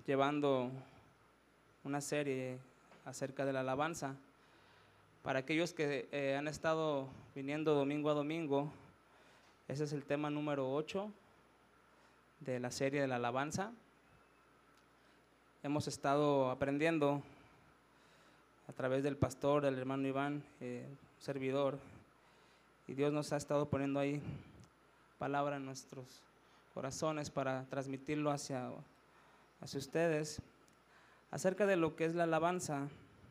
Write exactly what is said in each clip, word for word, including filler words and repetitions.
llevando una serie acerca de la alabanza. Para aquellos que eh, han estado viniendo domingo a domingo, ese es el tema número ocho de la serie de la alabanza. Hemos estado aprendiendo a través del pastor, del hermano Iván, eh, servidor, y Dios nos ha estado poniendo ahí palabra en nuestros corazones para transmitirlo hacia, hacia ustedes, acerca de lo que es la alabanza,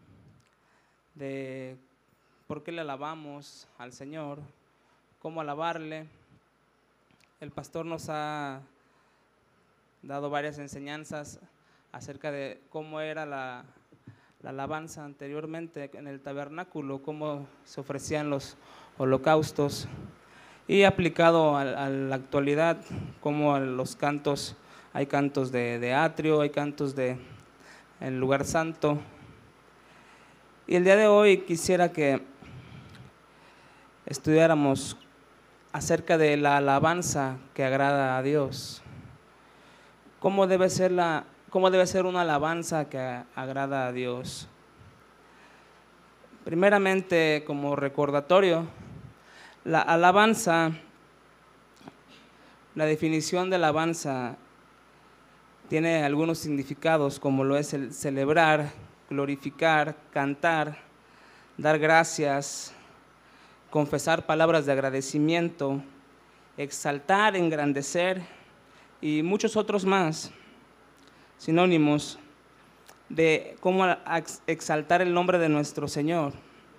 de por qué le alabamos al Señor, cómo alabarle. El pastor nos ha dado varias enseñanzas acerca de cómo era la, la alabanza anteriormente en el tabernáculo, cómo se ofrecían los holocaustos, y aplicado a, a la actualidad, como a los cantos, hay cantos de, de atrio, hay cantos de el lugar santo. Y el día de hoy quisiera que estudiáramos acerca de la alabanza que agrada a Dios. ¿Cómo debe ser, la, cómo debe ser una alabanza que agrada a Dios? Primeramente, como recordatorio, la alabanza, la definición de alabanza tiene algunos significados, como lo es el celebrar, glorificar, cantar, dar gracias, confesar palabras de agradecimiento, exaltar, engrandecer y muchos otros más sinónimos de cómo exaltar el nombre de nuestro Señor.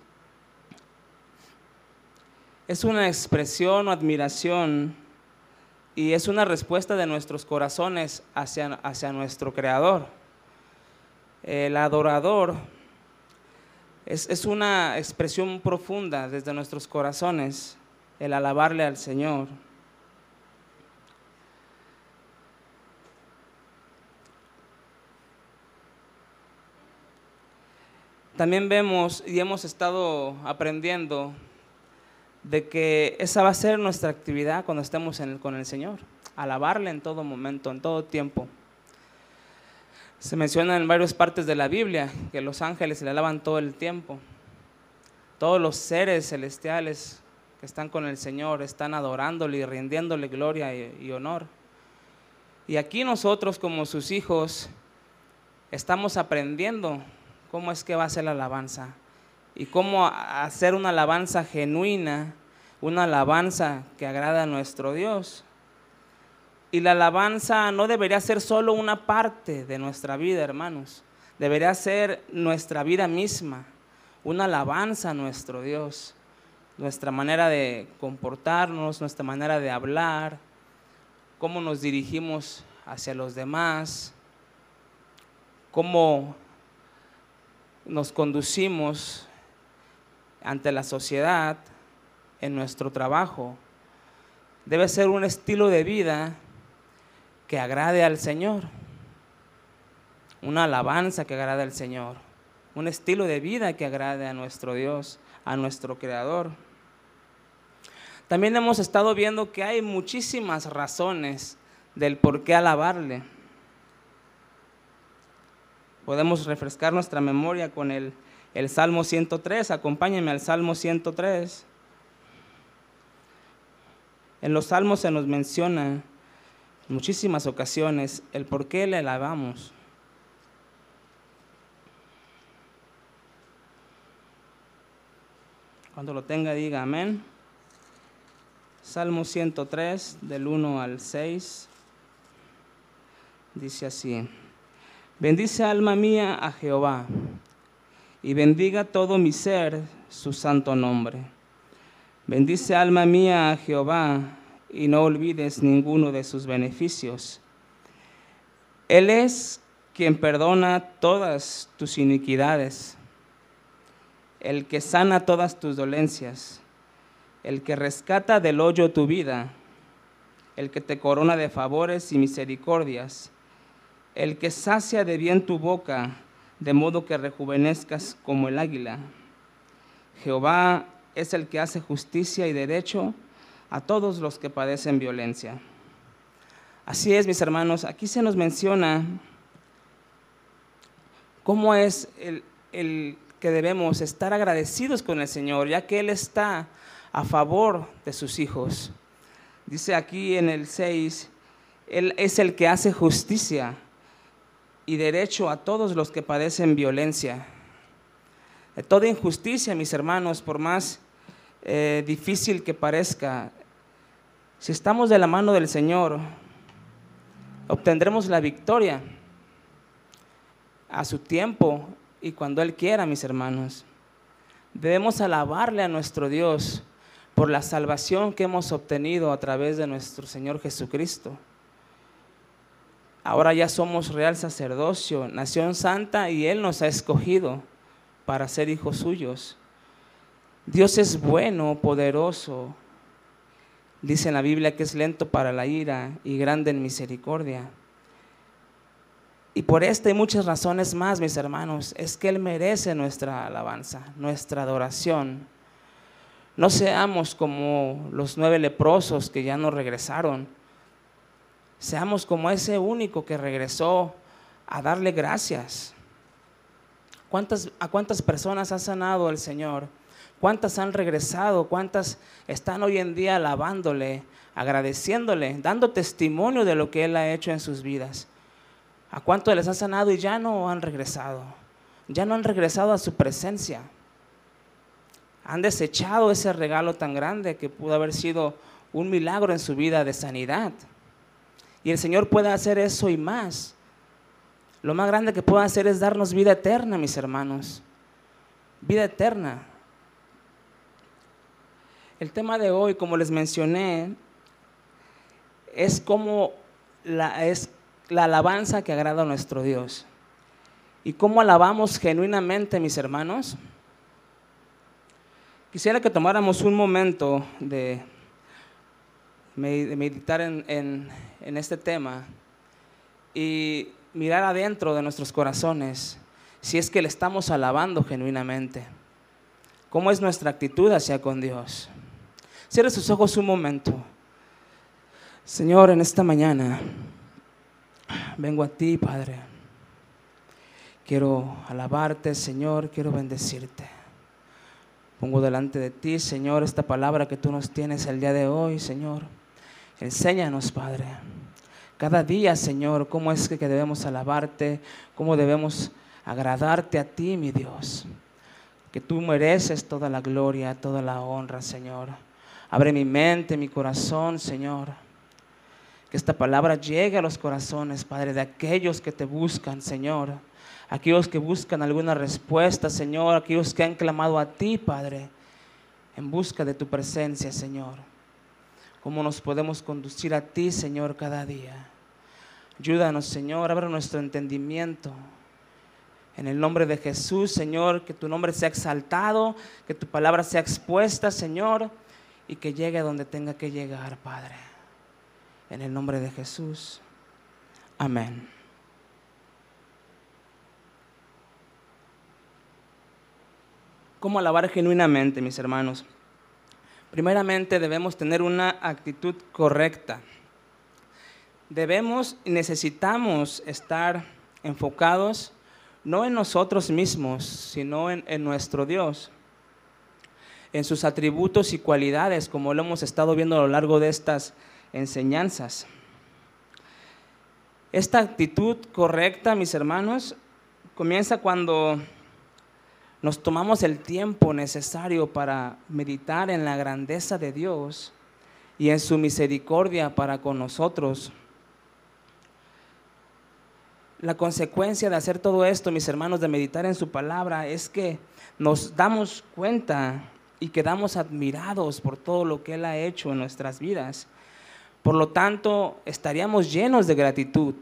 Es una expresión o admiración y es una respuesta de nuestros corazones hacia, hacia nuestro Creador. El adorador es, es una expresión profunda desde nuestros corazones, el alabarle al Señor. También vemos y hemos estado aprendiendo de que esa va a ser nuestra actividad cuando estemos en el, con el Señor, alabarle en todo momento, en todo tiempo. Se menciona en varias partes de la Biblia que los ángeles le alaban todo el tiempo. Todos los seres celestiales que están con el Señor están adorándole y rindiéndole gloria y, y honor. Y aquí nosotros como sus hijos estamos aprendiendo cómo es que va a ser la alabanza y cómo hacer una alabanza genuina, una alabanza que agrada a nuestro Dios. Y la alabanza no debería ser solo una parte de nuestra vida, hermanos. Debería ser nuestra vida misma, una alabanza a nuestro Dios. Nuestra manera de comportarnos, nuestra manera de hablar, cómo nos dirigimos hacia los demás, cómo nos conducimos ante la sociedad, en nuestro trabajo. Debe ser un estilo de vida que agrade al Señor, una alabanza que agrade al Señor, un estilo de vida que agrade a nuestro Dios, a nuestro Creador. También hemos estado viendo que hay muchísimas razones del por qué alabarle. Podemos refrescar nuestra memoria con el, el Salmo ciento tres, acompáñenme al Salmo ciento tres. En los Salmos se nos menciona en muchísimas ocasiones el por qué le alabamos. Cuando lo tenga diga amén. Salmo ciento tres, del uno al seis, dice así: bendice alma mía a Jehová, y bendiga todo mi ser su santo nombre. Bendice alma mía a Jehová, y no olvides ninguno de sus beneficios. Él es quien perdona todas tus iniquidades, el que sana todas tus dolencias, el que rescata del hoyo tu vida, el que te corona de favores y misericordias, el que sacia de bien tu boca, de modo que rejuvenezcas como el águila. Jehová es el que hace justicia y derecho a todos los que padecen violencia. Así es, mis hermanos, aquí se nos menciona cómo es el, el que debemos estar agradecidos con el Señor, ya que Él está a favor de sus hijos. Dice aquí en el seis, Él es el que hace justicia y derecho a todos los que padecen violencia. De toda injusticia, mis hermanos, por más eh, difícil que parezca, si estamos de la mano del Señor, obtendremos la victoria a su tiempo y cuando Él quiera, mis hermanos. Debemos alabarle a nuestro Dios por la salvación que hemos obtenido a través de nuestro Señor Jesucristo. Ahora ya somos real sacerdocio, nación santa, y Él nos ha escogido para ser hijos suyos. Dios es bueno, poderoso. Dice en la Biblia que es lento para la ira y grande en misericordia. Y por esta y muchas razones más, mis hermanos, es que Él merece nuestra alabanza, nuestra adoración. No seamos como los nueve leprosos que ya no regresaron. Seamos como ese único que regresó a darle gracias. ¿Cuántas, ¿A cuántas personas ha sanado el Señor? ¿Cuántas han regresado? ¿Cuántas están hoy en día alabándole, agradeciéndole, dando testimonio de lo que Él ha hecho en sus vidas? ¿A cuántos les ha sanado y ya no han regresado? Ya no han regresado a su presencia. Han desechado ese regalo tan grande que pudo haber sido un milagro en su vida de sanidad. Y el Señor puede hacer eso y más. Lo más grande que puede hacer es darnos vida eterna, mis hermanos. Vida eterna. El tema de hoy, como les mencioné, es como la, es la alabanza que agrada a nuestro Dios. ¿Y cómo alabamos genuinamente, mis hermanos? Quisiera que tomáramos un momento de, de meditar en, en, en este tema y mirar adentro de nuestros corazones si es que le estamos alabando genuinamente. ¿Cómo es nuestra actitud hacia con Dios? Cierre sus ojos un momento. Señor, en esta mañana vengo a ti, Padre. Quiero alabarte, Señor, quiero bendecirte. Pongo delante de ti, Señor, esta palabra que tú nos tienes el día de hoy, Señor. Enséñanos, Padre, cada día, Señor, cómo es que debemos alabarte, cómo debemos agradarte a ti, mi Dios. Que tú mereces toda la gloria, toda la honra, Señor. Abre mi mente, mi corazón, Señor. Que esta palabra llegue a los corazones, Padre, de aquellos que te buscan, Señor. Aquellos que buscan alguna respuesta, Señor. Aquellos que han clamado a ti, Padre, en busca de tu presencia, Señor. ¿Cómo nos podemos conducir a ti, Señor, cada día? Ayúdanos, Señor, abre nuestro entendimiento. En el nombre de Jesús, Señor, que tu nombre sea exaltado, que tu palabra sea expuesta, Señor, y que llegue a donde tenga que llegar, Padre. En el nombre de Jesús. Amén. ¿Cómo alabar genuinamente, mis hermanos? Primeramente debemos tener una actitud correcta. Debemos y necesitamos estar enfocados no en nosotros mismos, sino en, en nuestro Dios, en sus atributos y cualidades, como lo hemos estado viendo a lo largo de estas enseñanzas. Esta actitud correcta, mis hermanos, comienza cuando nos tomamos el tiempo necesario para meditar en la grandeza de Dios y en su misericordia para con nosotros. La consecuencia de hacer todo esto, mis hermanos, de meditar en su palabra, es que nos damos cuenta y quedamos admirados por todo lo que Él ha hecho en nuestras vidas. Por lo tanto, estaríamos llenos de gratitud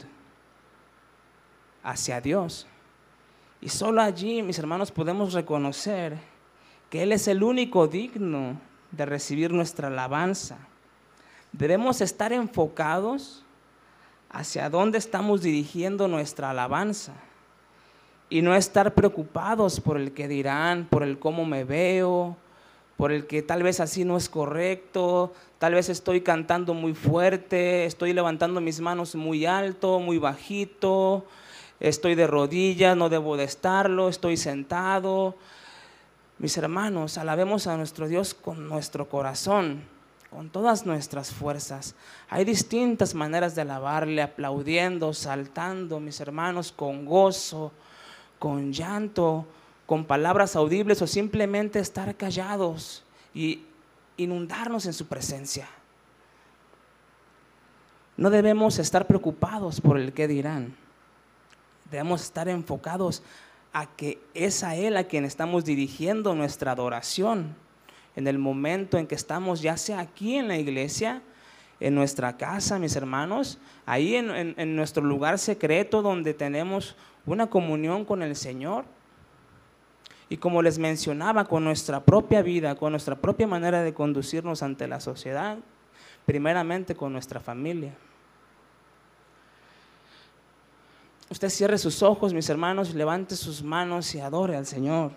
hacia Dios. Y solo allí, mis hermanos, podemos reconocer que Él es el único digno de recibir nuestra alabanza. Debemos estar enfocados hacia dónde estamos dirigiendo nuestra alabanza y no estar preocupados por el que dirán, por el cómo me veo, por el que tal vez así no es correcto, tal vez estoy cantando muy fuerte, estoy levantando mis manos muy alto, muy bajito, estoy de rodillas, no debo de estarlo, estoy sentado. Mis hermanos, alabemos a nuestro Dios con nuestro corazón, con todas nuestras fuerzas. Hay distintas maneras de alabarle, aplaudiendo, saltando, mis hermanos, con gozo, con llanto, con palabras audibles, o simplemente estar callados y inundarnos en su presencia. No debemos estar preocupados por el qué dirán. Debemos estar enfocados a que es a Él a quien estamos dirigiendo nuestra adoración en el momento en que estamos, ya sea aquí en la iglesia, en nuestra casa, mis hermanos, ahí en, en, en nuestro lugar secreto donde tenemos una comunión con el Señor. Y como les mencionaba, con nuestra propia vida, con nuestra propia manera de conducirnos ante la sociedad, primeramente con nuestra familia. Usted cierre sus ojos, mis hermanos, levante sus manos y adore al Señor.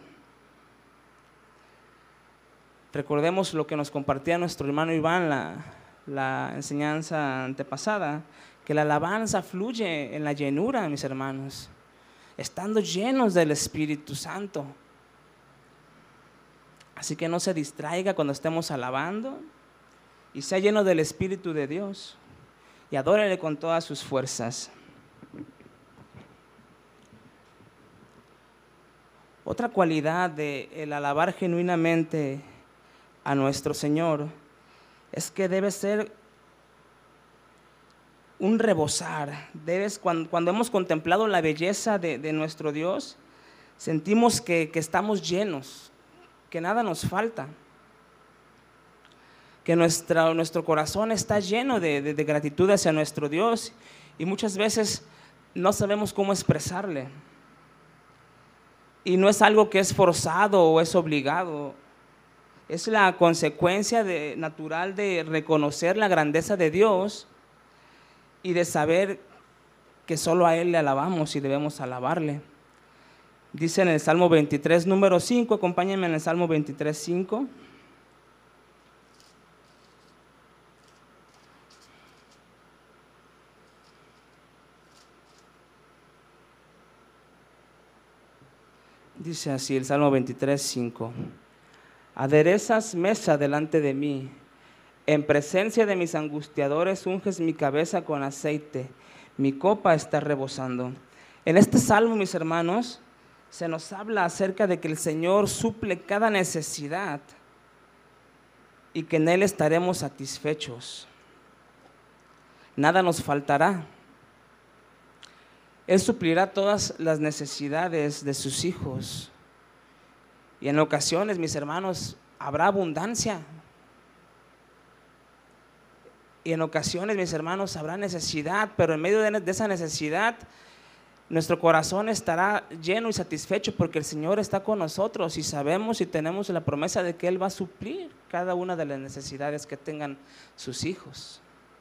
Recordemos lo que nos compartía nuestro hermano Iván, la, la enseñanza antepasada, que la alabanza fluye en la llenura, mis hermanos, estando llenos del Espíritu Santo. Así que no se distraiga cuando estemos alabando y sea lleno del Espíritu de Dios y adórele con todas sus fuerzas. Otra cualidad de el alabar genuinamente a nuestro Señor es que debe ser un rebosar. Debes, cuando, cuando hemos contemplado la belleza de, de nuestro Dios, sentimos que, que estamos llenos, que nada nos falta, que nuestra, nuestro corazón está lleno de, de, de gratitud hacia nuestro Dios, y muchas veces no sabemos cómo expresarle. Y no es algo que es forzado o es obligado, es la consecuencia de, natural de reconocer la grandeza de Dios y de saber que solo a Él le alabamos y debemos alabarle. Dice en el Salmo veintitrés, número cinco, acompáñenme en el Salmo veintitrés, cinco. Dice así el Salmo veintitrés, cinco. Aderezas mesa delante de mí, en presencia de mis angustiadores unges mi cabeza con aceite, mi copa está rebosando. En este salmo, mis hermanos, se nos habla acerca de que el Señor suple cada necesidad y que en Él estaremos satisfechos. Nada nos faltará. Él suplirá todas las necesidades de sus hijos. Y en ocasiones, mis hermanos, habrá abundancia. Y en ocasiones, mis hermanos, habrá necesidad, pero en medio de, de esa necesidad, nuestro corazón estará lleno y satisfecho porque el Señor está con nosotros y sabemos y tenemos la promesa de que Él va a suplir cada una de las necesidades que tengan sus hijos.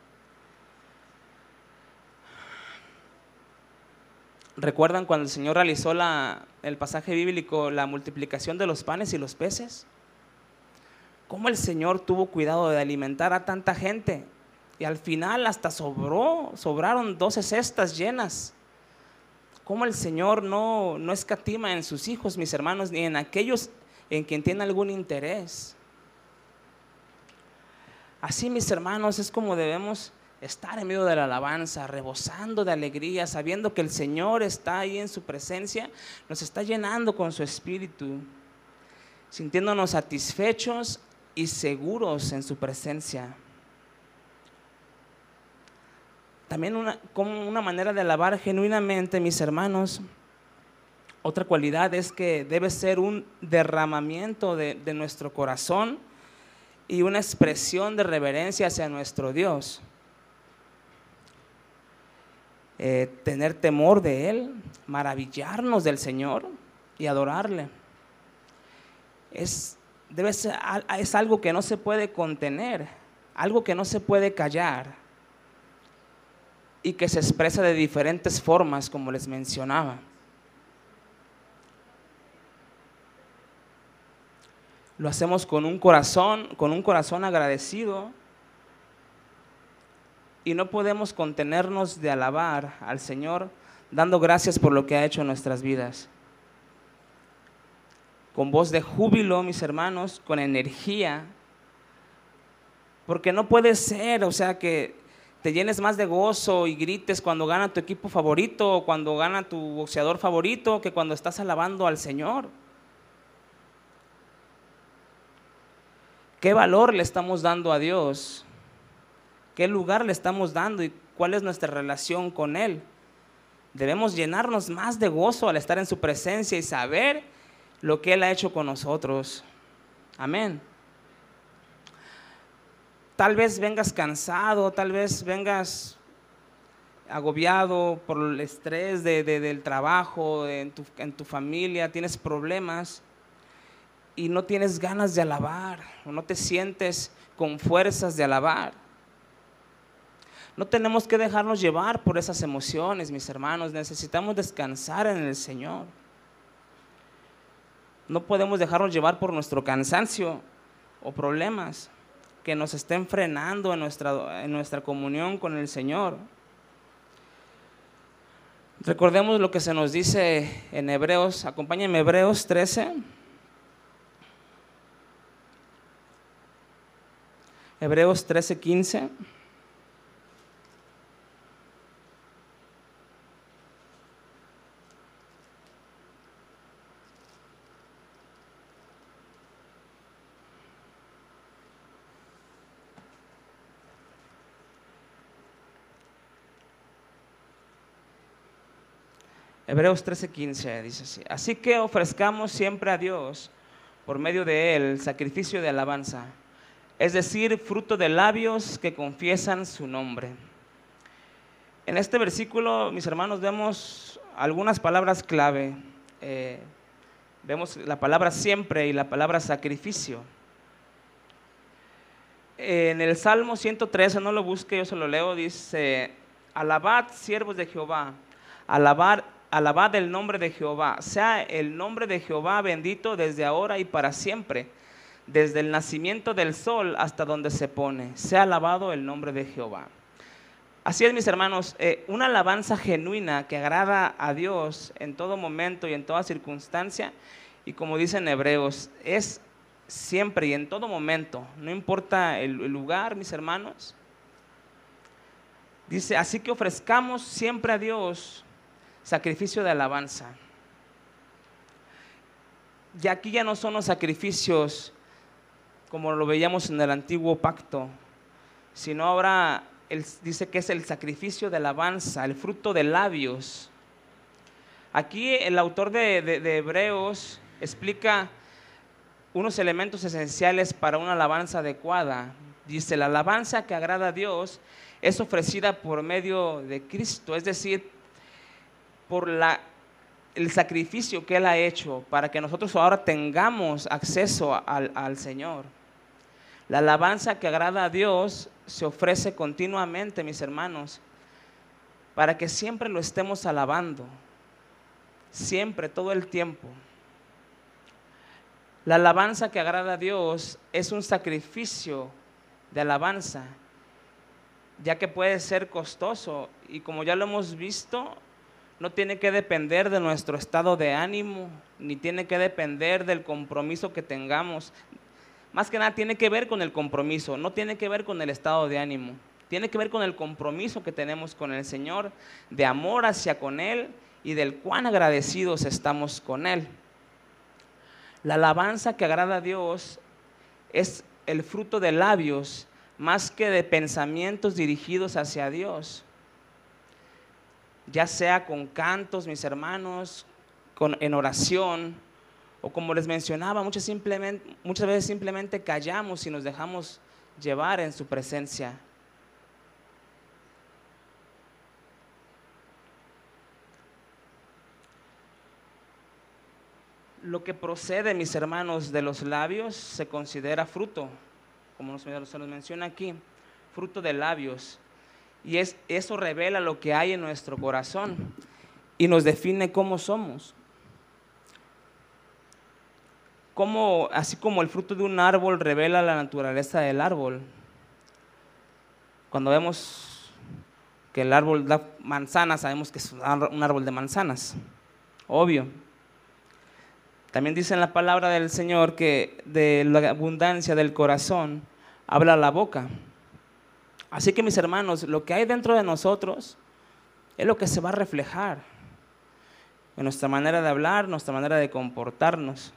¿Recuerdan cuando el Señor realizó la, el pasaje bíblico, la multiplicación de los panes y los peces? ¿Cómo el Señor tuvo cuidado de alimentar a tanta gente? Y al final hasta sobró, sobraron doce cestas llenas. ¿Cómo el Señor no, no escatima en sus hijos, mis hermanos, ni en aquellos en quien tiene algún interés? Así, mis hermanos, es como debemos estar en medio de la alabanza, rebosando de alegría, sabiendo que el Señor está ahí en su presencia, nos está llenando con su espíritu, sintiéndonos satisfechos y seguros en su presencia. También una, como una manera de alabar genuinamente, mis hermanos, otra cualidad es que debe ser un derramamiento de, de nuestro corazón y una expresión de reverencia hacia nuestro Dios. Eh, tener temor de Él, maravillarnos del Señor y adorarle. Es, debe ser, es algo que no se puede contener, algo que no se puede callar y que se expresa de diferentes formas, como les mencionaba. Lo hacemos con un corazón, con un corazón agradecido, y no podemos contenernos de alabar al Señor dando gracias por lo que ha hecho en nuestras vidas. Con voz de júbilo, mis hermanos, con energía, porque no puede ser, o sea, que te llenes más de gozo y grites cuando gana tu equipo favorito o cuando gana tu boxeador favorito que cuando estás alabando al Señor. ¿Qué valor le estamos dando a Dios? ¿Qué lugar le estamos dando y cuál es nuestra relación con Él? Debemos llenarnos más de gozo al estar en su presencia y saber lo que Él ha hecho con nosotros. Amén. Tal vez vengas cansado, tal vez vengas agobiado por el estrés de, de, del trabajo, de, en, tu, en tu familia, tienes problemas y no tienes ganas de alabar o no te sientes con fuerzas de alabar. No tenemos que dejarnos llevar por esas emociones, mis hermanos, necesitamos descansar en el Señor. No podemos dejarnos llevar por nuestro cansancio o problemas que nos estén frenando en nuestra, en nuestra comunión con el Señor. Recordemos lo que se nos dice en Hebreos, acompáñenme, Hebreos trece. Hebreos trece, quince. Hebreos trece, quince dice así: así que ofrezcamos siempre a Dios, por medio de Él, sacrificio de alabanza, es decir, fruto de labios que confiesan su nombre. En este versículo, mis hermanos, vemos algunas palabras clave. Eh, vemos la palabra siempre y la palabra sacrificio. En el Salmo ciento trece, no lo busque, yo se lo leo, dice: alabad, siervos de Jehová, alabad, alabad el nombre de Jehová, sea el nombre de Jehová bendito desde ahora y para siempre, desde el nacimiento del sol hasta donde se pone, sea alabado el nombre de Jehová. Así es, mis hermanos, eh, una alabanza genuina que agrada a Dios en todo momento y en toda circunstancia, y como dicen Hebreos, es siempre y en todo momento, no importa el, el lugar, mis hermanos. Dice: así que ofrezcamos siempre a Dios sacrificio de alabanza. Y aquí ya no son los sacrificios como lo veíamos en el antiguo pacto, sino ahora él dice que es el sacrificio de alabanza, el fruto de labios. Aquí el autor de, de, de Hebreos explica unos elementos esenciales para una alabanza adecuada. Dice: la alabanza que agrada a Dios es ofrecida por medio de Cristo, es decir, por la, el sacrificio que Él ha hecho para que nosotros ahora tengamos acceso al, al Señor. La alabanza que agrada a Dios se ofrece continuamente, mis hermanos, para que siempre lo estemos alabando, siempre, todo el tiempo. La alabanza que agrada a Dios es un sacrificio de alabanza, ya que puede ser costoso y, como ya lo hemos visto, no tiene que depender de nuestro estado de ánimo, ni tiene que depender del compromiso que tengamos. Más que nada tiene que ver con el compromiso, no tiene que ver con el estado de ánimo. Tiene que ver con el compromiso que tenemos con el Señor, de amor hacia con Él y del cuán agradecidos estamos con Él. La alabanza que agrada a Dios es el fruto de labios más que de pensamientos dirigidos hacia Dios. Ya sea con cantos, mis hermanos, con, en oración, o como les mencionaba, muchas, simplemente, muchas veces simplemente callamos y nos dejamos llevar en su presencia. Lo que procede, mis hermanos, de los labios se considera fruto, como se nos menciona aquí, fruto de labios. Y es, eso revela lo que hay en nuestro corazón y nos define cómo somos. Como, así como el fruto de un árbol revela la naturaleza del árbol. Cuando vemos que el árbol da manzanas, sabemos que es un árbol de manzanas, obvio. También dice en la palabra del Señor que de la abundancia del corazón habla la boca. Así que mis hermanos, lo que hay dentro de nosotros es lo que se va a reflejar en nuestra manera de hablar, nuestra manera de comportarnos.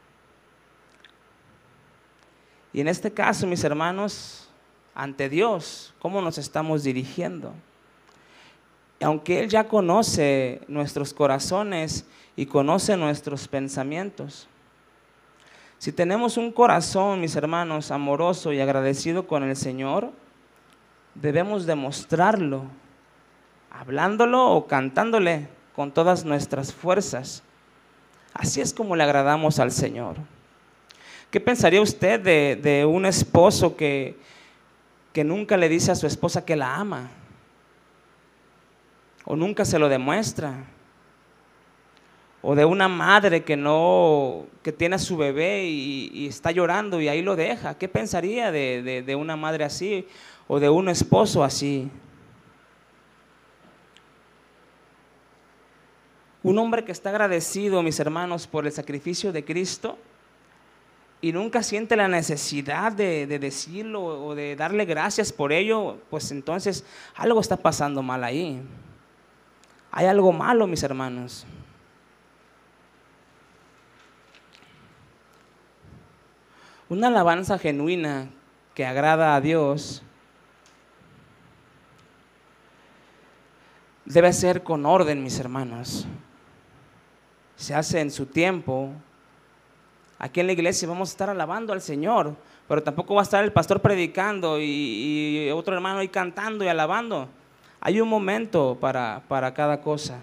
Y en este caso, mis hermanos, ante Dios, ¿cómo nos estamos dirigiendo? Aunque Él ya conoce nuestros corazones y conoce nuestros pensamientos. Si tenemos un corazón, mis hermanos, amoroso y agradecido con el Señor, debemos demostrarlo, hablándolo o cantándole con todas nuestras fuerzas. Así es como le agradamos al Señor. ¿Qué pensaría usted de, de un esposo que, que nunca le dice a su esposa que la ama? O nunca se lo demuestra. O de una madre que no, que tiene a su bebé y, y está llorando y ahí lo deja. ¿Qué pensaría de, de, de una madre así? O de un esposo así. Un hombre que está agradecido, mis hermanos, por el sacrificio de Cristo y nunca siente la necesidad de, de decirlo o de darle gracias por ello, pues entonces algo está pasando mal ahí. Hay algo malo, mis hermanos. Una alabanza genuina que agrada a Dios debe ser con orden, mis hermanos. Se hace en su tiempo. Aquí en la iglesia vamos a estar alabando al Señor, pero tampoco va a estar el pastor predicando y, y otro hermano ahí cantando y alabando. Hay un momento para, para cada cosa.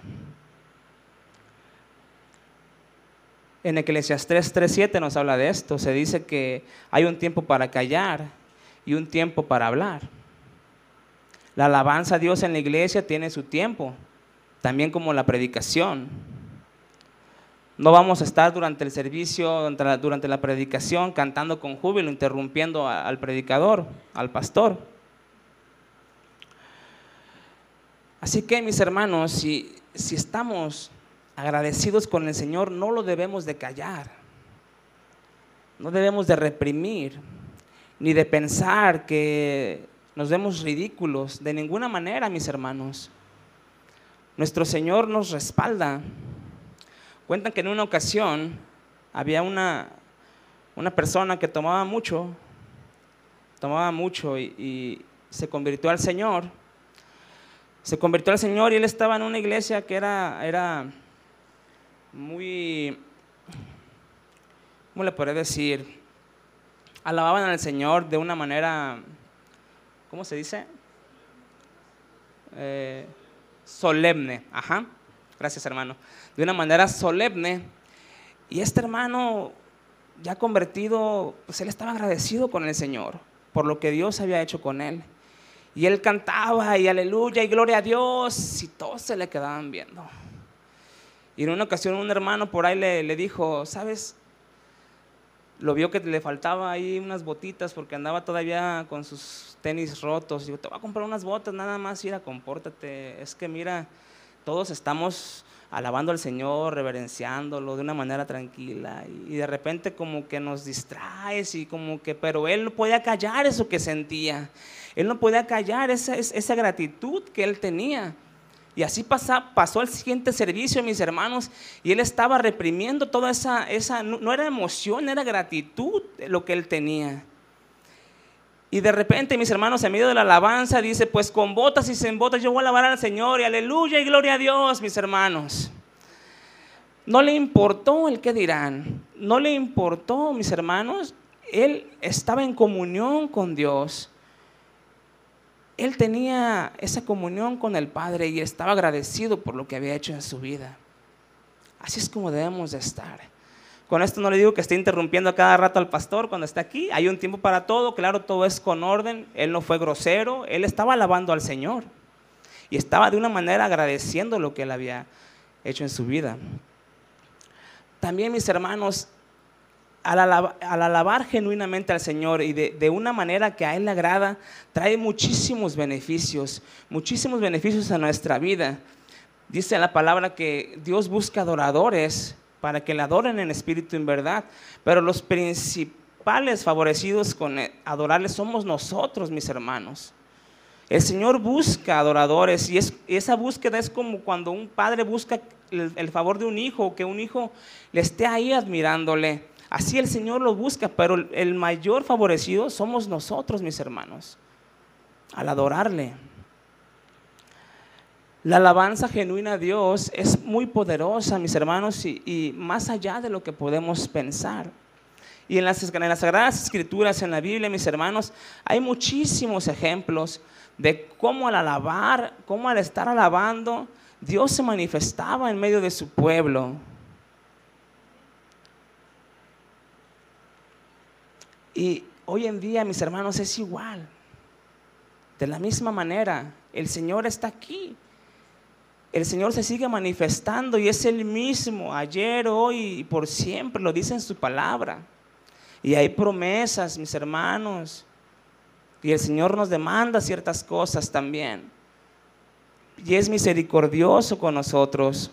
En Eclesiastés tres siete nos habla de esto. Se dice que hay un tiempo para callar y un tiempo para hablar. La alabanza a Dios en la iglesia tiene su tiempo, también como la predicación. No vamos a estar durante el servicio, durante la, durante la predicación, cantando con júbilo, interrumpiendo a, al predicador, al pastor. Así que, mis hermanos, si, si estamos agradecidos con el Señor, no lo debemos de callar, no debemos de reprimir, ni de pensar que nos vemos ridículos, de ninguna manera, mis hermanos. Nuestro Señor nos respalda. Cuentan que en una ocasión había una, una persona que tomaba mucho, tomaba mucho y, y se convirtió al Señor. Se convirtió al Señor y él estaba en una iglesia que era, era muy, ¿cómo le podría decir? Alababan al Señor de una manera, ¿cómo se dice? Eh, solemne, ajá, gracias hermano, de una manera solemne. Y este hermano ya convertido, pues él estaba agradecido con el Señor por lo que Dios había hecho con él. Y él cantaba y aleluya y gloria a Dios y todos se le quedaban viendo. Y en una ocasión un hermano por ahí le, le dijo, ¿sabes? Lo vio que le faltaba ahí unas botitas porque andaba todavía con sus tenis rotos. Digo, te voy a comprar unas botas, nada más, mira, compórtate. Es que mira, todos estamos alabando al Señor, reverenciándolo de una manera tranquila. Y de repente como que nos distraes y como que, pero él no podía callar eso que sentía. Él no podía callar esa, esa gratitud que él tenía. Y así pasa, pasó al siguiente servicio, mis hermanos, y él estaba reprimiendo toda esa, esa, no era emoción, era gratitud lo que él tenía. Y de repente, mis hermanos, en medio de la alabanza, dice, pues con botas y sin botas yo voy a alabar al Señor, y aleluya y gloria a Dios, mis hermanos. No le importó el qué dirán, no le importó, mis hermanos, él estaba en comunión con Dios. Él tenía esa comunión con el Padre y estaba agradecido por lo que había hecho en su vida. Así es como debemos de estar. Con esto no le digo que esté interrumpiendo a cada rato al pastor cuando está aquí. Hay un tiempo para todo, claro, todo es con orden. Él no fue grosero, él estaba alabando al Señor. Y estaba de una manera agradeciendo lo que él había hecho en su vida. También, mis hermanos, al, alab al alabar genuinamente al Señor y de, de una manera que a Él le agrada, trae muchísimos beneficios, muchísimos beneficios a nuestra vida. Dice la palabra que Dios busca adoradores para que le adoren en espíritu y en verdad, pero los principales favorecidos con adorarle somos nosotros, mis hermanos. El Señor busca adoradores y, es, y esa búsqueda es como cuando un padre busca el, el favor de un hijo, que un hijo le esté ahí admirándole. Así el Señor lo busca, pero el, el mayor favorecido somos nosotros, mis hermanos, al adorarle. La alabanza genuina a Dios es muy poderosa, mis hermanos, y, y más allá de lo que podemos pensar. Y en las, en las Sagradas Escrituras, en la Biblia, mis hermanos, hay muchísimos ejemplos de cómo al alabar, cómo al estar alabando, Dios se manifestaba en medio de su pueblo. Y hoy en día, mis hermanos, es igual. De la misma manera, el Señor está aquí. El Señor se sigue manifestando y es el mismo, ayer, hoy y por siempre, lo dice en su palabra. Y hay promesas, mis hermanos. Y el Señor nos demanda ciertas cosas también. Y es misericordioso con nosotros.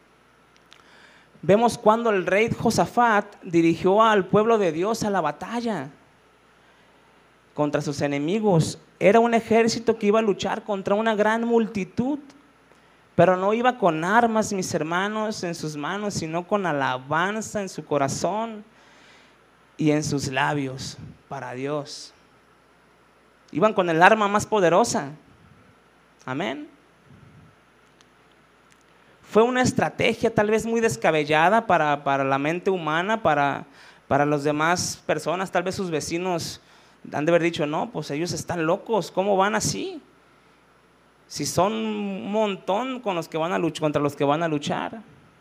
Vemos cuando el rey Josafat dirigió al pueblo de Dios a la batalla contra sus enemigos. Era un ejército que iba a luchar contra una gran multitud, pero no iba con armas, mis hermanos, en sus manos, sino con alabanza en su corazón y en sus labios para Dios. Iban con el arma más poderosa. Amén. Fue una estrategia tal vez muy descabellada para, para la mente humana, para, para las demás personas. Tal vez sus vecinos han de haber dicho, no, pues ellos están locos, ¿cómo van así? Si son un montón con los que van a luchar, contra los que van a luchar.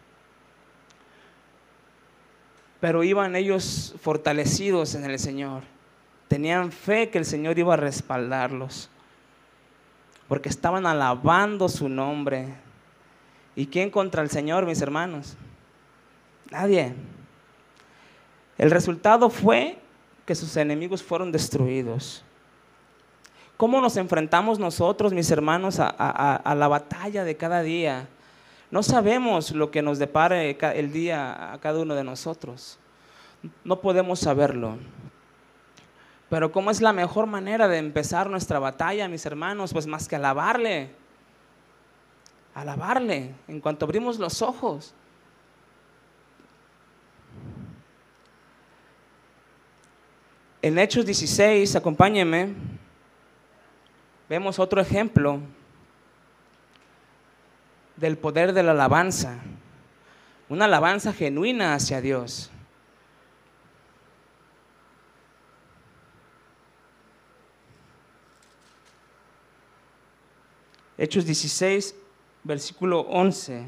Pero iban ellos fortalecidos en el Señor. Tenían fe que el Señor iba a respaldarlos, porque estaban alabando su nombre. ¿Y quién contra el Señor, mis hermanos? Nadie. El resultado fue que sus enemigos fueron destruidos. ¿Cómo nos enfrentamos nosotros, mis hermanos, a, a, a la batalla de cada día? No sabemos lo que nos depare el día a cada uno de nosotros. No podemos saberlo. Pero ¿cómo es la mejor manera de empezar nuestra batalla, mis hermanos? Pues más que alabarle. Alabarle en cuanto abrimos los ojos. En Hechos dieciséis, acompáñenme, vemos otro ejemplo del poder de la alabanza. Una alabanza genuina hacia Dios. Hechos dieciséis, versículo once.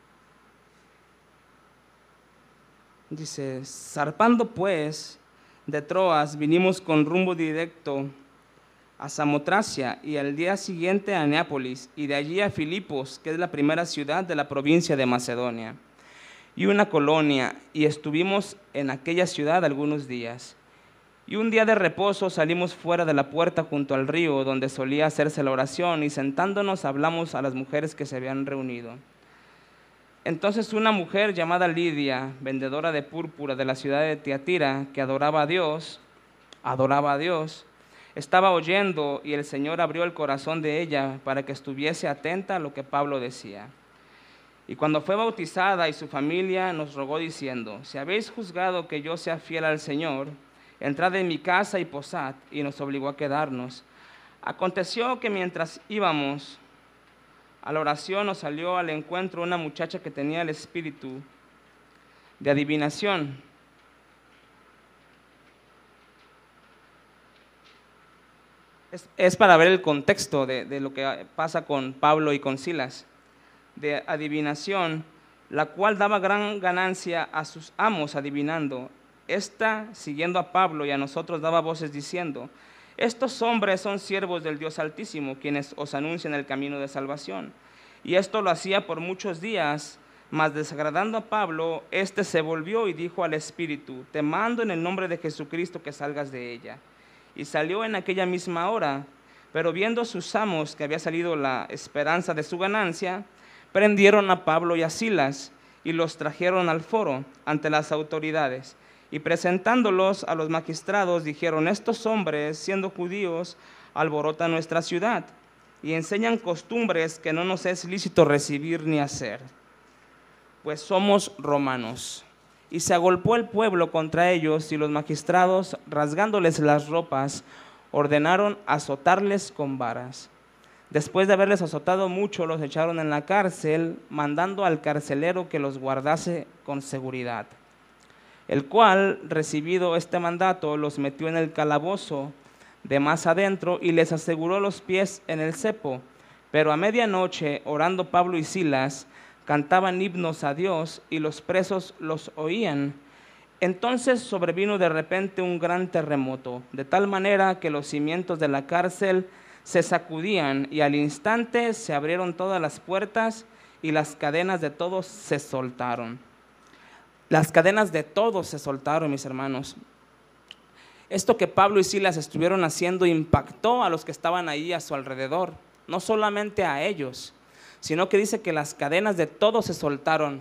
Dice, zarpando pues de Troas, vinimos con rumbo directo a Samotracia y al día siguiente a Neápolis y de allí a Filipos, que es la primera ciudad de la provincia de Macedonia, y una colonia, y estuvimos en aquella ciudad algunos días. Y un día de reposo salimos fuera de la puerta junto al río donde solía hacerse la oración y sentándonos hablamos a las mujeres que se habían reunido. Entonces una mujer llamada Lidia, vendedora de púrpura de la ciudad de Tiatira, que adoraba a Dios, adoraba a Dios, estaba oyendo y el Señor abrió el corazón de ella para que estuviese atenta a lo que Pablo decía. Y cuando fue bautizada y su familia nos rogó diciendo, si habéis juzgado que yo sea fiel al Señor, entrad en mi casa y posad, y nos obligó a quedarnos. Aconteció que mientras íbamos a la oración nos salió al encuentro una muchacha que tenía el espíritu de adivinación. Es, es para ver el contexto de, de lo que pasa con Pablo y con Silas, de adivinación, la cual daba gran ganancia a sus amos adivinando. Esta, siguiendo a Pablo y a nosotros, daba voces diciendo, estos hombres son siervos del Dios Altísimo, quienes os anuncian el camino de salvación. Y esto lo hacía por muchos días, Mas desagradando a Pablo, éste se volvió y dijo al espíritu: te mando en el nombre de Jesucristo que salgas de ella. Y salió en aquella misma hora, pero viendo sus amos que había salido la esperanza de su ganancia, prendieron a Pablo y a Silas y los trajeron al foro ante las autoridades. Y presentándolos a los magistrados, dijeron: estos hombres, siendo judíos, alborotan nuestra ciudad y enseñan costumbres que no nos es lícito recibir ni hacer, pues somos romanos. Y se agolpó el pueblo contra ellos, y los magistrados, rasgándoles las ropas, ordenaron azotarles con varas. Después de haberles azotado mucho, los echaron en la cárcel, mandando al carcelero que los guardase con seguridad, el cual, recibido este mandato, los metió en el calabozo de más adentro y les aseguró los pies en el cepo. Pero a medianoche, orando Pablo y Silas, cantaban himnos a Dios y los presos los oían. Entonces sobrevino de repente un gran terremoto, de tal manera que los cimientos de la cárcel se sacudían y al instante se abrieron todas las puertas y las cadenas de todos se soltaron. Las cadenas de todos se soltaron, mis hermanos. Esto que Pablo y Silas estuvieron haciendo impactó a los que estaban ahí a su alrededor, no solamente a ellos, sino que dice que las cadenas de todos se soltaron.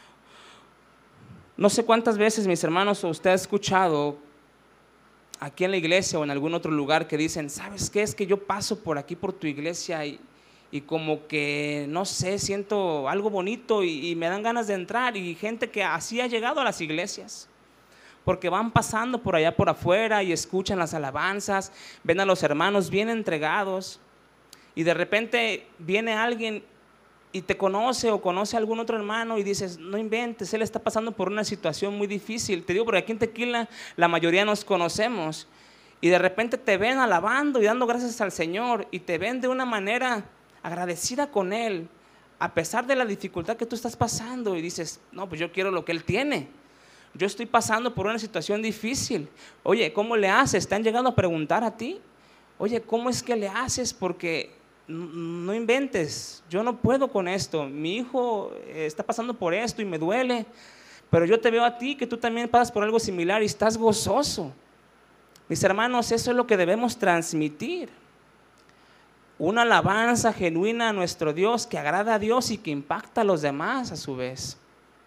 No sé cuántas veces, mis hermanos, usted ha escuchado aquí en la iglesia o en algún otro lugar que dicen: ¿sabes qué? Es que yo paso por aquí, por tu iglesia, y, y como que, no sé, siento algo bonito y, y me dan ganas de entrar. Y gente que así ha llegado a las iglesias, porque van pasando por allá por afuera y escuchan las alabanzas, ven a los hermanos bien entregados, y de repente viene alguien y te conoce o conoce a algún otro hermano y dices: no inventes, él está pasando por una situación muy difícil. Te digo, porque aquí en Tequila la mayoría nos conocemos, y de repente te ven alabando y dando gracias al Señor, y te ven de una manera agradecida con Él, a pesar de la dificultad que tú estás pasando, y dices: no, pues yo quiero lo que Él tiene. Yo estoy pasando por una situación difícil. Oye, ¿cómo le haces? ¿Te han llegado a preguntar a ti? Oye, ¿cómo es que le haces? Porque no inventes, yo no puedo con esto. Mi hijo está pasando por esto y me duele, pero yo te veo a ti que tú también pasas por algo similar y estás gozoso. Mis hermanos, eso es lo que debemos transmitir. Una alabanza genuina a nuestro Dios, que agrada a Dios y que impacta a los demás a su vez.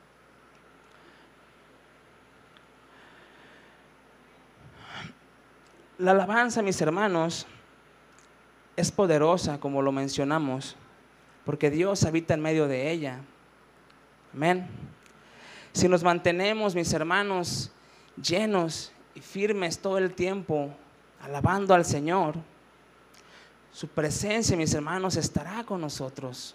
La alabanza, mis hermanos, es poderosa, como lo mencionamos, porque Dios habita en medio de ella. Amén. Si nos mantenemos, mis hermanos, llenos y firmes todo el tiempo, alabando al Señor, su presencia, mis hermanos, estará con nosotros.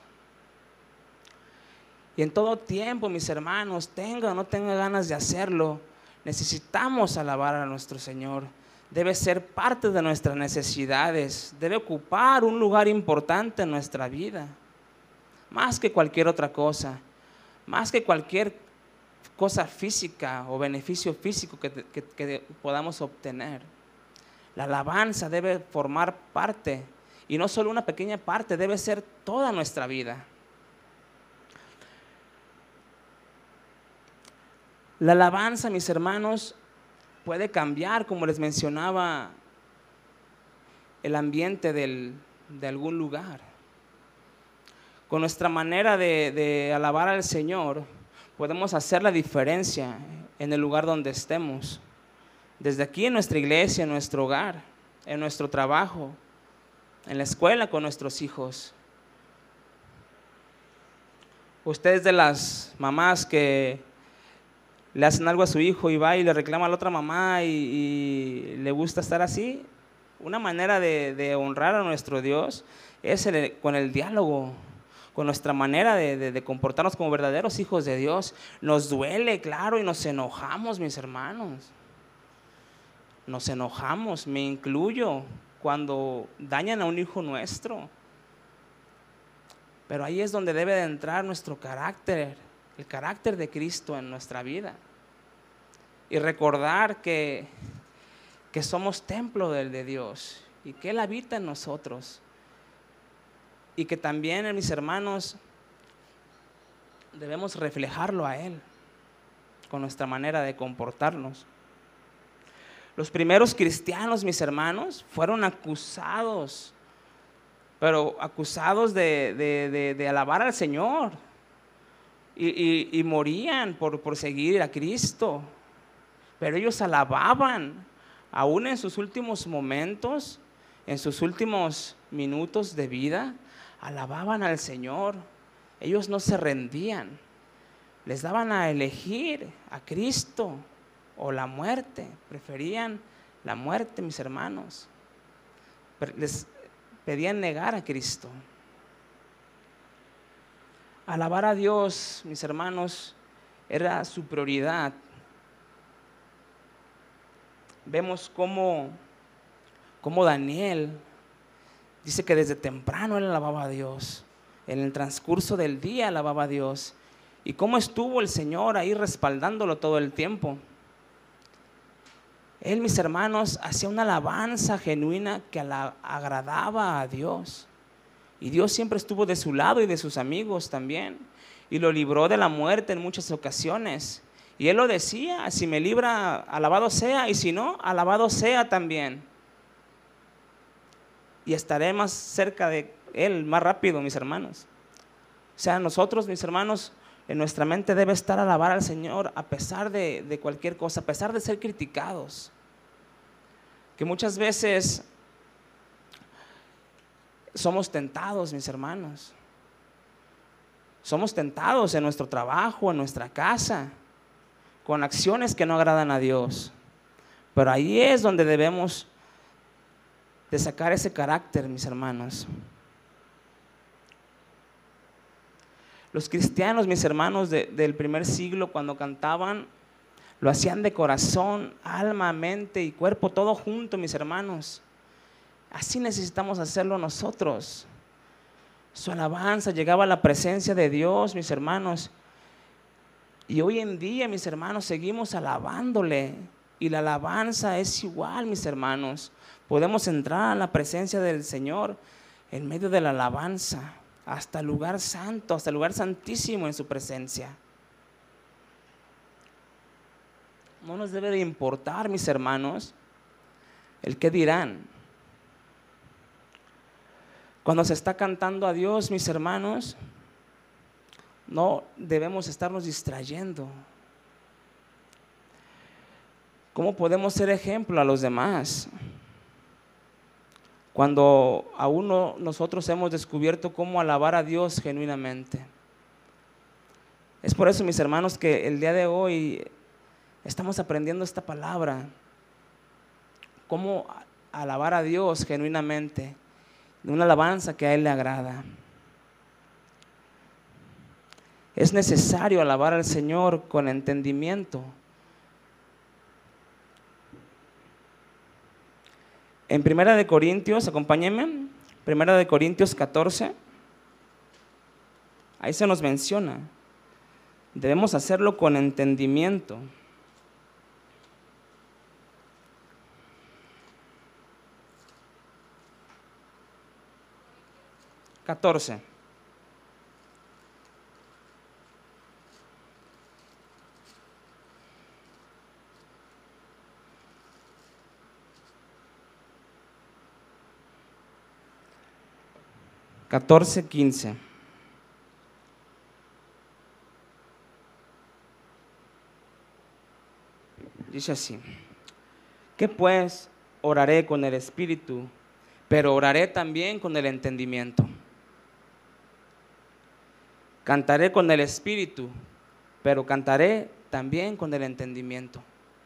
Y en todo tiempo, mis hermanos, tenga o no tenga ganas de hacerlo, necesitamos alabar a nuestro Señor. Debe ser parte de nuestras necesidades, debe ocupar un lugar importante en nuestra vida, más que cualquier otra cosa, más que cualquier cosa física o beneficio físico que, que, que podamos obtener. La alabanza debe formar parte, y no solo una pequeña parte, debe ser toda nuestra vida. La alabanza, mis hermanos, puede cambiar, como les mencionaba, el ambiente del, de algún lugar. Con nuestra manera de, de alabar al Señor, podemos hacer la diferencia en el lugar donde estemos. Desde aquí en nuestra iglesia, en nuestro hogar, en nuestro trabajo, en la escuela con nuestros hijos. Ustedes, de las mamás que le hacen algo a su hijo y va y le reclama a la otra mamá y, y le gusta estar así, una manera de, de honrar a nuestro Dios es el, con el diálogo, con nuestra manera de, de, de comportarnos como verdaderos hijos de Dios. Nos duele, claro, y nos enojamos, mis hermanos. Nos enojamos, me incluyo, cuando dañan a un hijo nuestro. Pero ahí es donde debe de entrar nuestro carácter, el carácter de Cristo en nuestra vida. Y recordar que, que somos templo del de Dios y que Él habita en nosotros. Y que también, mis hermanos, debemos reflejarlo a Él con nuestra manera de comportarnos. Los primeros cristianos, mis hermanos, fueron acusados, pero acusados de, de, de, de alabar al Señor y, y, y morían por, por seguir a Cristo, pero ellos alababan, aún en sus últimos momentos, en sus últimos minutos de vida, alababan al Señor. Ellos no se rendían, les daban a elegir a Cristo o la muerte, preferían la muerte, mis hermanos, les pedían negar a Cristo. Alabar a Dios, mis hermanos, era su prioridad. Vemos cómo, cómo Daniel dice que desde temprano él alababa a Dios, en el transcurso del día alababa a Dios, y cómo estuvo el Señor ahí respaldándolo todo el tiempo. Él, mis hermanos, hacía una alabanza genuina que agradaba a Dios. Y Dios siempre estuvo de su lado y de sus amigos también. Y lo libró de la muerte en muchas ocasiones. Y Él lo decía: si me libra, alabado sea, y si no, alabado sea también. Y estaré más cerca de Él, más rápido, mis hermanos. O sea, nosotros, mis hermanos, en nuestra mente debe estar alabar al Señor a pesar de, de cualquier cosa, a pesar de ser criticados. Que muchas veces somos tentados, mis hermanos. Somos tentados en nuestro trabajo, en nuestra casa, con acciones que no agradan a Dios. Pero ahí es donde debemos de sacar ese carácter, mis hermanos. Los cristianos, mis hermanos, de, del primer siglo, cuando cantaban, lo hacían de corazón, alma, mente y cuerpo, todo junto, mis hermanos. Así necesitamos hacerlo nosotros. Su alabanza llegaba a la presencia de Dios, mis hermanos. Y hoy en día, mis hermanos, seguimos alabándole. Y la alabanza es igual, mis hermanos. Podemos entrar a la presencia del Señor en medio de la alabanza, hasta el lugar santo, hasta el lugar santísimo en su presencia. No nos debe de importar, mis hermanos, el qué dirán. Cuando se está cantando a Dios, mis hermanos, no debemos estarnos distrayendo. ¿Cómo podemos ser ejemplo a los demás? Cuando aún no, nosotros hemos descubierto cómo alabar a Dios genuinamente. Es por eso, mis hermanos, que el día de hoy estamos aprendiendo esta palabra. Cómo alabar a Dios genuinamente, de una alabanza que a Él le agrada. Es necesario alabar al Señor con entendimiento. En Primera de Corintios, acompáñenme, Primera de Corintios catorce, ahí se nos menciona, debemos hacerlo con entendimiento. catorce. catorce, quince. Dice así: ¿qué pues? Oraré con el espíritu, pero oraré también con el entendimiento. Cantaré con el espíritu, pero cantaré también con el entendimiento.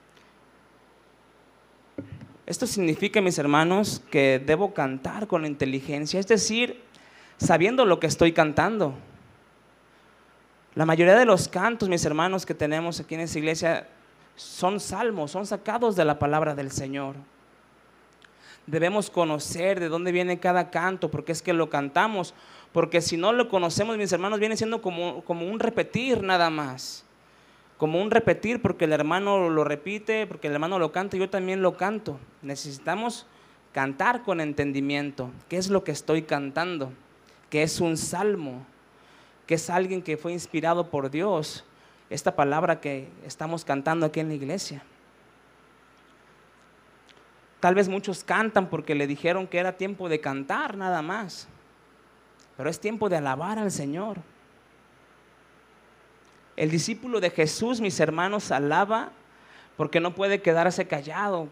Esto significa, mis hermanos, que debo cantar con la inteligencia, es decir, sabiendo lo que estoy cantando. La mayoría de los cantos, mis hermanos, que tenemos aquí en esta iglesia son salmos, son sacados de la palabra del Señor. Debemos conocer de dónde viene cada canto, porque es que lo cantamos, porque si no lo conocemos, mis hermanos, viene siendo como, como un repetir nada más, como un repetir porque el hermano lo repite, porque el hermano lo canta, yo también lo canto. Necesitamos cantar con entendimiento. ¿Qué es lo que estoy cantando? ¿Qué es un salmo? que es alguien que fue inspirado por Dios, esta palabra que estamos cantando aquí en la iglesia. Tal vez muchos cantan porque le dijeron que era tiempo de cantar nada más, pero es tiempo de alabar al Señor. El discípulo de Jesús, mis hermanos, alaba porque no puede quedarse callado.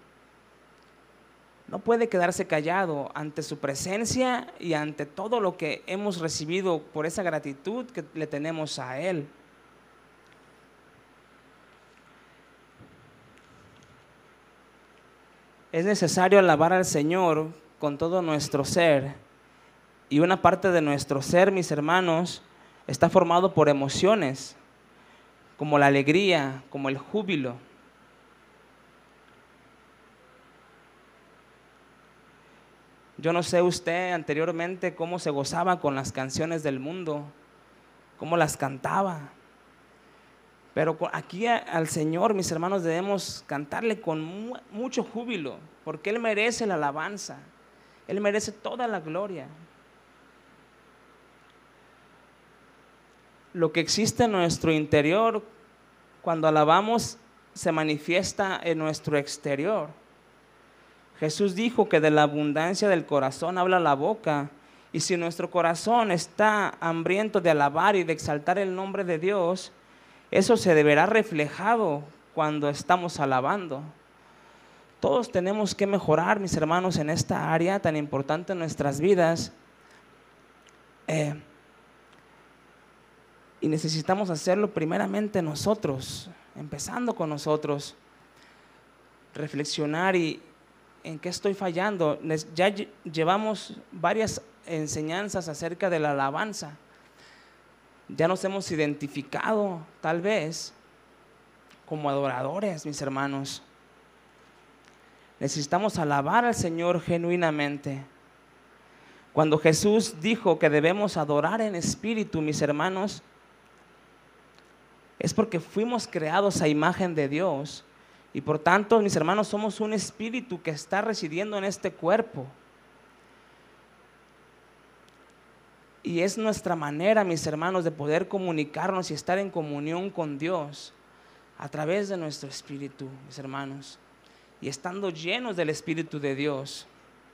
No puede quedarse callado ante su presencia y ante todo lo que hemos recibido por esa gratitud que le tenemos a Él. Es necesario alabar al Señor con todo nuestro ser. Y una parte de nuestro ser, mis hermanos, está formado por emociones, como la alegría, como el júbilo. Yo no sé usted anteriormente cómo se gozaba con las canciones del mundo, cómo las cantaba. Pero aquí al Señor, mis hermanos, debemos cantarle con mucho júbilo, porque Él merece la alabanza, Él merece toda la gloria. Lo que existe en nuestro interior, cuando alabamos, se manifiesta en nuestro exterior. Jesús dijo que de la abundancia del corazón habla la boca, y si nuestro corazón está hambriento de alabar y de exaltar el nombre de Dios, eso se deberá reflejado cuando estamos alabando. Todos tenemos que mejorar, mis hermanos, en esta área tan importante en nuestras vidas. Eh, y necesitamos hacerlo primeramente nosotros, empezando con nosotros. Reflexionar y en qué estoy fallando. Ya llevamos varias enseñanzas acerca de la alabanza. Ya nos hemos identificado, tal vez, como adoradores, mis hermanos. Necesitamos alabar al Señor genuinamente. Cuando Jesús dijo que debemos adorar en espíritu, mis hermanos, es porque fuimos creados a imagen de Dios. Y por tanto, mis hermanos, somos un espíritu que está residiendo en este cuerpo. Y es nuestra manera, mis hermanos, de poder comunicarnos y estar en comunión con Dios a través de nuestro espíritu, mis hermanos, y estando llenos del Espíritu de Dios.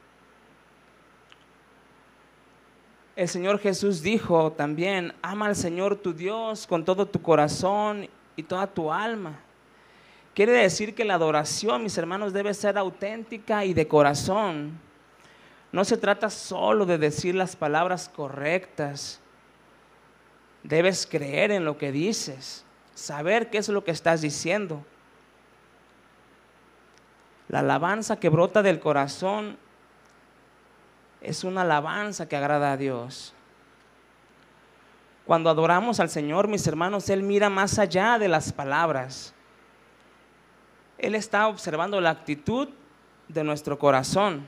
El Señor Jesús dijo también: ama al Señor tu Dios con todo tu corazón y toda tu alma. Quiere decir que la adoración, mis hermanos, debe ser auténtica y de corazón. No se trata solo de decir las palabras correctas. Debes creer en lo que dices, saber qué es lo que estás diciendo. La alabanza que brota del corazón es una alabanza que agrada a Dios. Cuando adoramos al Señor, mis hermanos, Él mira más allá de las palabras. Él está observando la actitud de nuestro corazón.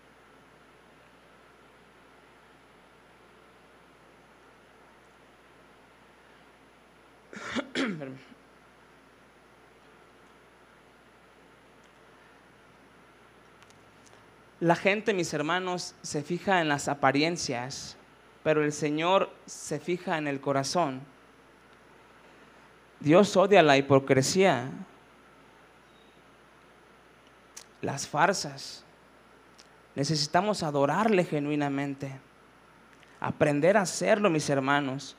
La gente, mis hermanos, se fija en las apariencias, pero el Señor se fija en el corazón. Dios odia la hipocresía, las farsas. Necesitamos adorarle genuinamente, aprender a hacerlo, mis hermanos.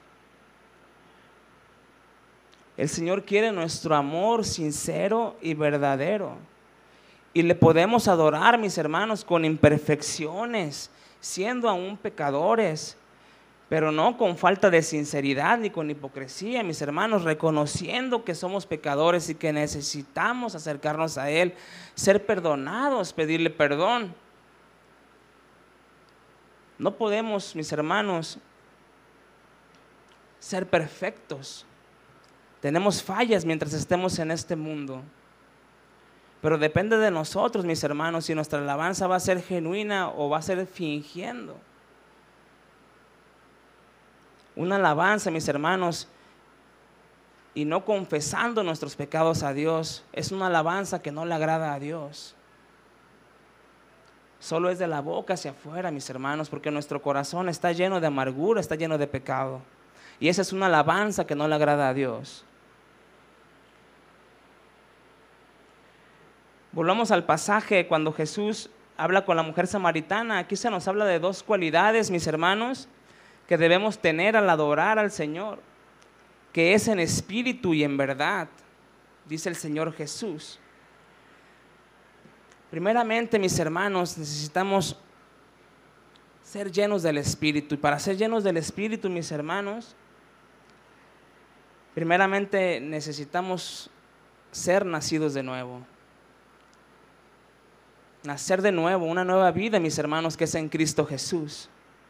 El Señor quiere nuestro amor sincero y verdadero. Y le podemos adorar, mis hermanos, con imperfecciones, siendo aún pecadores, pero no con falta de sinceridad ni con hipocresía, mis hermanos, reconociendo que somos pecadores y que necesitamos acercarnos a Él, ser perdonados, pedirle perdón. No podemos, mis hermanos, ser perfectos. Tenemos fallas mientras estemos en este mundo. Pero depende de nosotros, mis hermanos, si nuestra alabanza va a ser genuina o va a ser fingiendo. Una alabanza, mis hermanos, y no confesando nuestros pecados a Dios, es una alabanza que no le agrada a Dios. Solo es de la boca hacia afuera, mis hermanos, porque nuestro corazón está lleno de amargura, está lleno de pecado. Y esa es una alabanza que no le agrada a Dios. Volvamos al pasaje cuando Jesús habla con la mujer samaritana. Aquí se nos habla de dos cualidades, mis hermanos, que debemos tener al adorar al Señor, que es en espíritu y en verdad, dice el Señor Jesús. Primeramente, mis hermanos, necesitamos ser llenos del Espíritu. Y para ser llenos del Espíritu, mis hermanos, primeramente necesitamos ser nacidos de nuevo. Nacer de nuevo, una nueva vida, mis hermanos, que es en Cristo Jesús.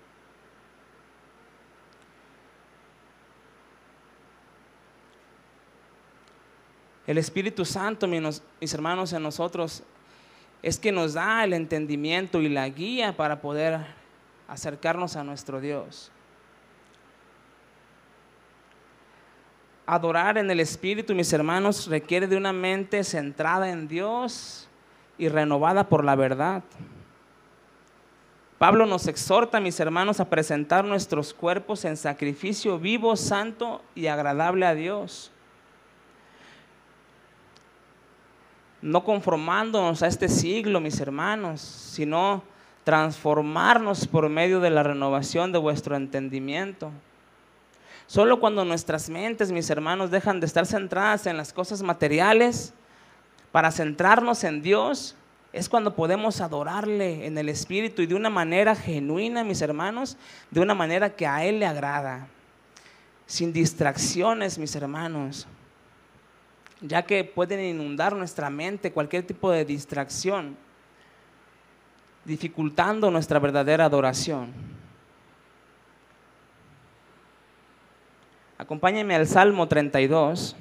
El Espíritu Santo, mis hermanos, en nosotros es que nos da el entendimiento y la guía para poder acercarnos a nuestro Dios. Adorar en el Espíritu, mis hermanos, requiere de una mente centrada en Dios y renovada por la verdad. Pablo nos exhorta, mis hermanos, a presentar nuestros cuerpos en sacrificio vivo, santo y agradable a Dios. No conformándonos a este siglo, mis hermanos, sino transformarnos por medio de la renovación de vuestro entendimiento. Solo cuando nuestras mentes, mis hermanos, dejan de estar centradas en las cosas materiales para centrarnos en Dios, es cuando podemos adorarle en el Espíritu y de una manera genuina, mis hermanos, de una manera que a Él le agrada, sin distracciones, mis hermanos, ya que pueden inundar nuestra mente cualquier tipo de distracción, dificultando nuestra verdadera adoración. Acompáñenme al Salmo treinta y dos.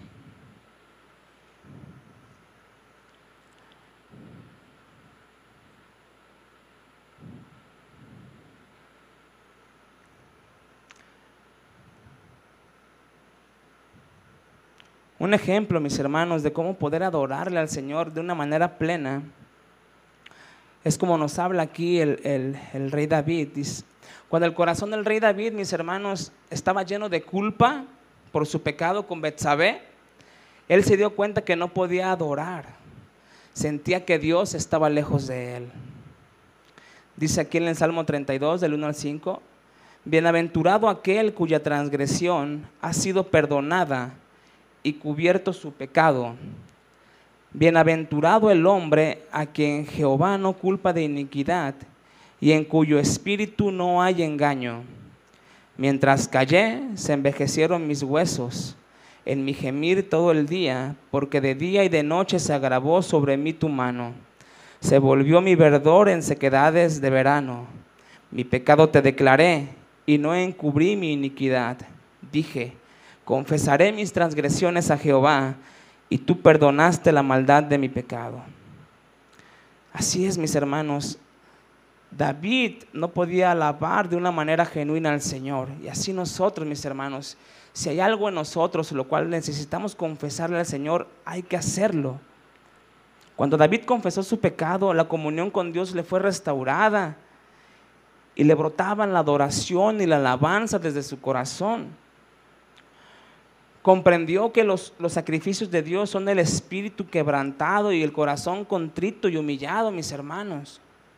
Un ejemplo, mis hermanos, de cómo poder adorarle al Señor de una manera plena, es como nos habla aquí el, el, el rey David. Dice, cuando el corazón del rey David, mis hermanos, estaba lleno de culpa por su pecado con Betsabé, él se dio cuenta que no podía adorar. Sentía que Dios estaba lejos de él. Dice aquí en el Salmo treinta y dos, del uno al cinco, bienaventurado aquel cuya transgresión ha sido perdonada y cubierto su pecado. Bienaventurado el hombre a quien Jehová no culpa de iniquidad y en cuyo espíritu no hay engaño. Mientras callé, se envejecieron mis huesos en mi gemir todo el día, porque de día y de noche se agravó sobre mí tu mano. Se volvió mi verdor en sequedades de verano. Mi pecado te declaré y no encubrí mi iniquidad. Dije, confesaré mis transgresiones a Jehová, y tú perdonaste la maldad de mi pecado. Así es, mis hermanos. David no podía alabar de una manera genuina al Señor. Y así nosotros, mis hermanos, si hay algo en nosotros lo cual necesitamos confesarle al Señor, hay que hacerlo. Cuando David confesó su pecado, la comunión con Dios le fue restaurada y le brotaban la adoración y la alabanza desde su corazón. Comprendió que los, los sacrificios de Dios son el espíritu quebrantado y el corazón contrito y humillado, mis hermanos,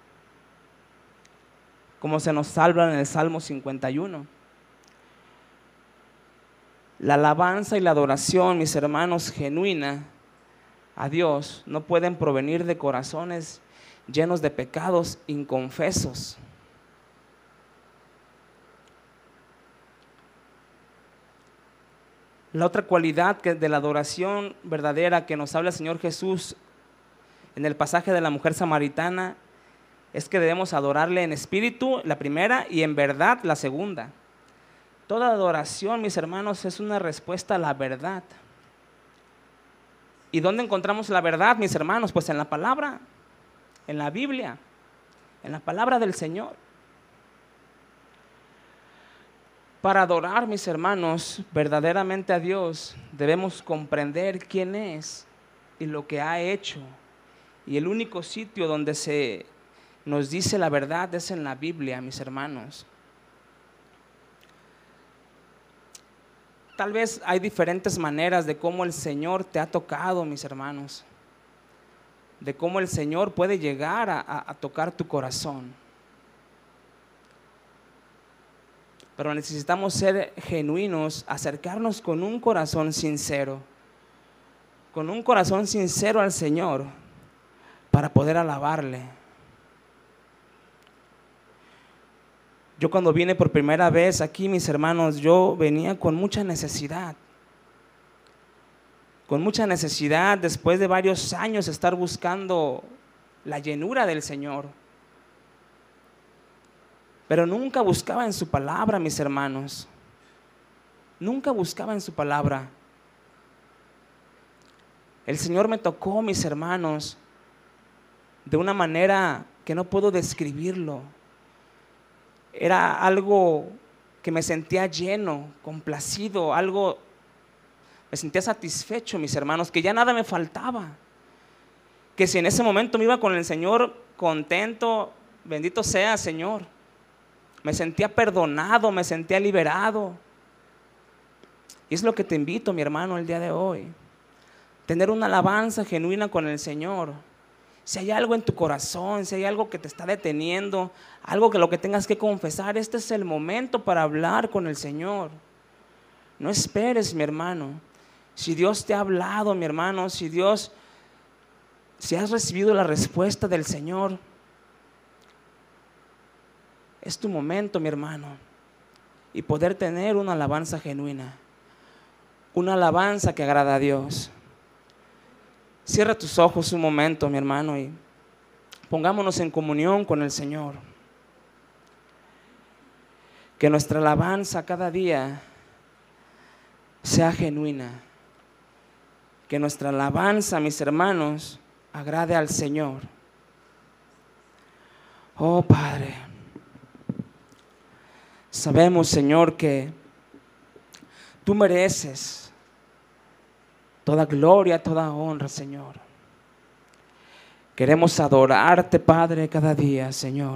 como se nos habla en el Salmo cincuenta y uno. La alabanza y la adoración, mis hermanos, genuina a Dios no pueden provenir de corazones llenos de pecados inconfesos. La otra cualidad que de la adoración verdadera que nos habla el Señor Jesús en el pasaje de la mujer samaritana es que debemos adorarle en espíritu, la primera, y en verdad, la segunda. Toda adoración, mis hermanos, es una respuesta a la verdad. ¿Y dónde encontramos la verdad, mis hermanos? Pues en la palabra, en la Biblia, en la palabra del Señor. Para adorar, mis hermanos, verdaderamente a Dios, debemos comprender quién es y lo que ha hecho. Y el único sitio donde se nos dice la verdad es en la Biblia, mis hermanos. Tal vez hay diferentes maneras de cómo el Señor te ha tocado, mis hermanos, de cómo el Señor puede llegar a, a, a tocar tu corazón. Pero necesitamos ser genuinos, acercarnos con un corazón sincero, con un corazón sincero al Señor, para poder alabarle. Yo cuando vine por primera vez aquí, mis hermanos, yo venía con mucha necesidad. Con mucha necesidad, después de varios años estar buscando la llenura del Señor. Pero nunca buscaba en su palabra, mis hermanos. Nunca buscaba en su palabra. El Señor me tocó, mis hermanos, de una manera que no puedo describirlo. Era algo que me sentía lleno, complacido, algo, me sentía satisfecho, mis hermanos, que ya nada me faltaba. Que si en ese momento me iba con el Señor contento, bendito sea, Señor. Me sentía perdonado, me sentía liberado. Y es lo que te invito, mi hermano, el día de hoy. Tener una alabanza genuina con el Señor. Si hay algo en tu corazón, si hay algo que te está deteniendo, algo que lo que tengas que confesar, este es el momento para hablar con el Señor. No esperes, mi hermano. Si Dios te ha hablado, mi hermano, si Dios, si has recibido la respuesta del Señor, es tu momento, mi hermano, y poder tener una alabanza genuina, una alabanza que agrada a Dios. Cierra tus ojos un momento, mi hermano, y pongámonos en comunión con el Señor. Que nuestra alabanza cada día sea genuina. Que nuestra alabanza, mis hermanos, agrade al Señor. Oh Padre, sabemos, Señor, que tú mereces toda gloria, toda honra, Señor. Queremos adorarte, Padre, cada día, Señor.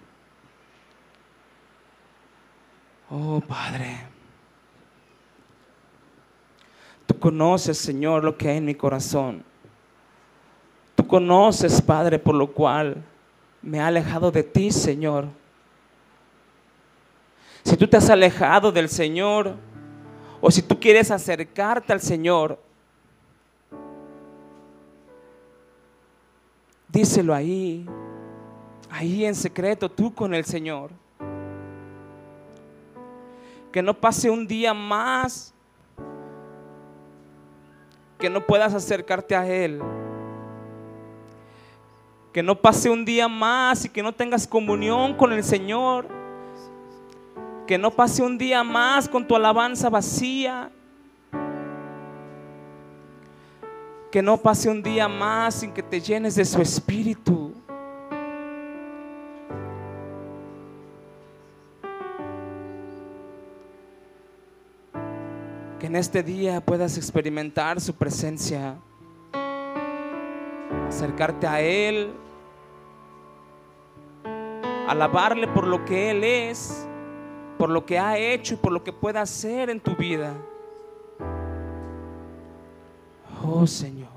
Oh, Padre, tú conoces, Señor, lo que hay en mi corazón. Tú conoces, Padre, por lo cual me he alejado de ti, Señor. Si tú te has alejado del Señor, o si tú quieres acercarte al Señor, díselo ahí, ahí en secreto, tú con el Señor. Que no pase un día más que no puedas acercarte a Él. Que no pase un día más y que no tengas comunión con el Señor. Que no pase un día más con tu alabanza vacía. Que no pase un día más sin que te llenes de su Espíritu. Que en este día puedas experimentar su presencia, acercarte a Él, alabarle por lo que Él es, por lo que ha hecho y por lo que pueda hacer en tu vida. Oh Señor,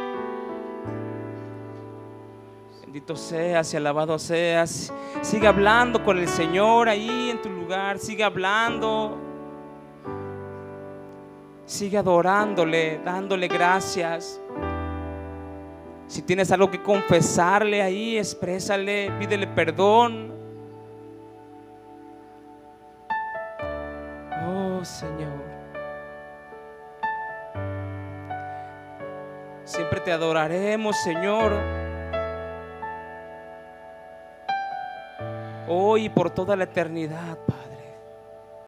bendito seas y alabado seas. Sigue hablando con el Señor ahí en tu lugar, sigue hablando. Sigue adorándole, dándole gracias. Si tienes algo que confesarle ahí, exprésale, pídele perdón. Oh Señor, siempre te adoraremos, Señor, hoy y por toda la eternidad, Padre.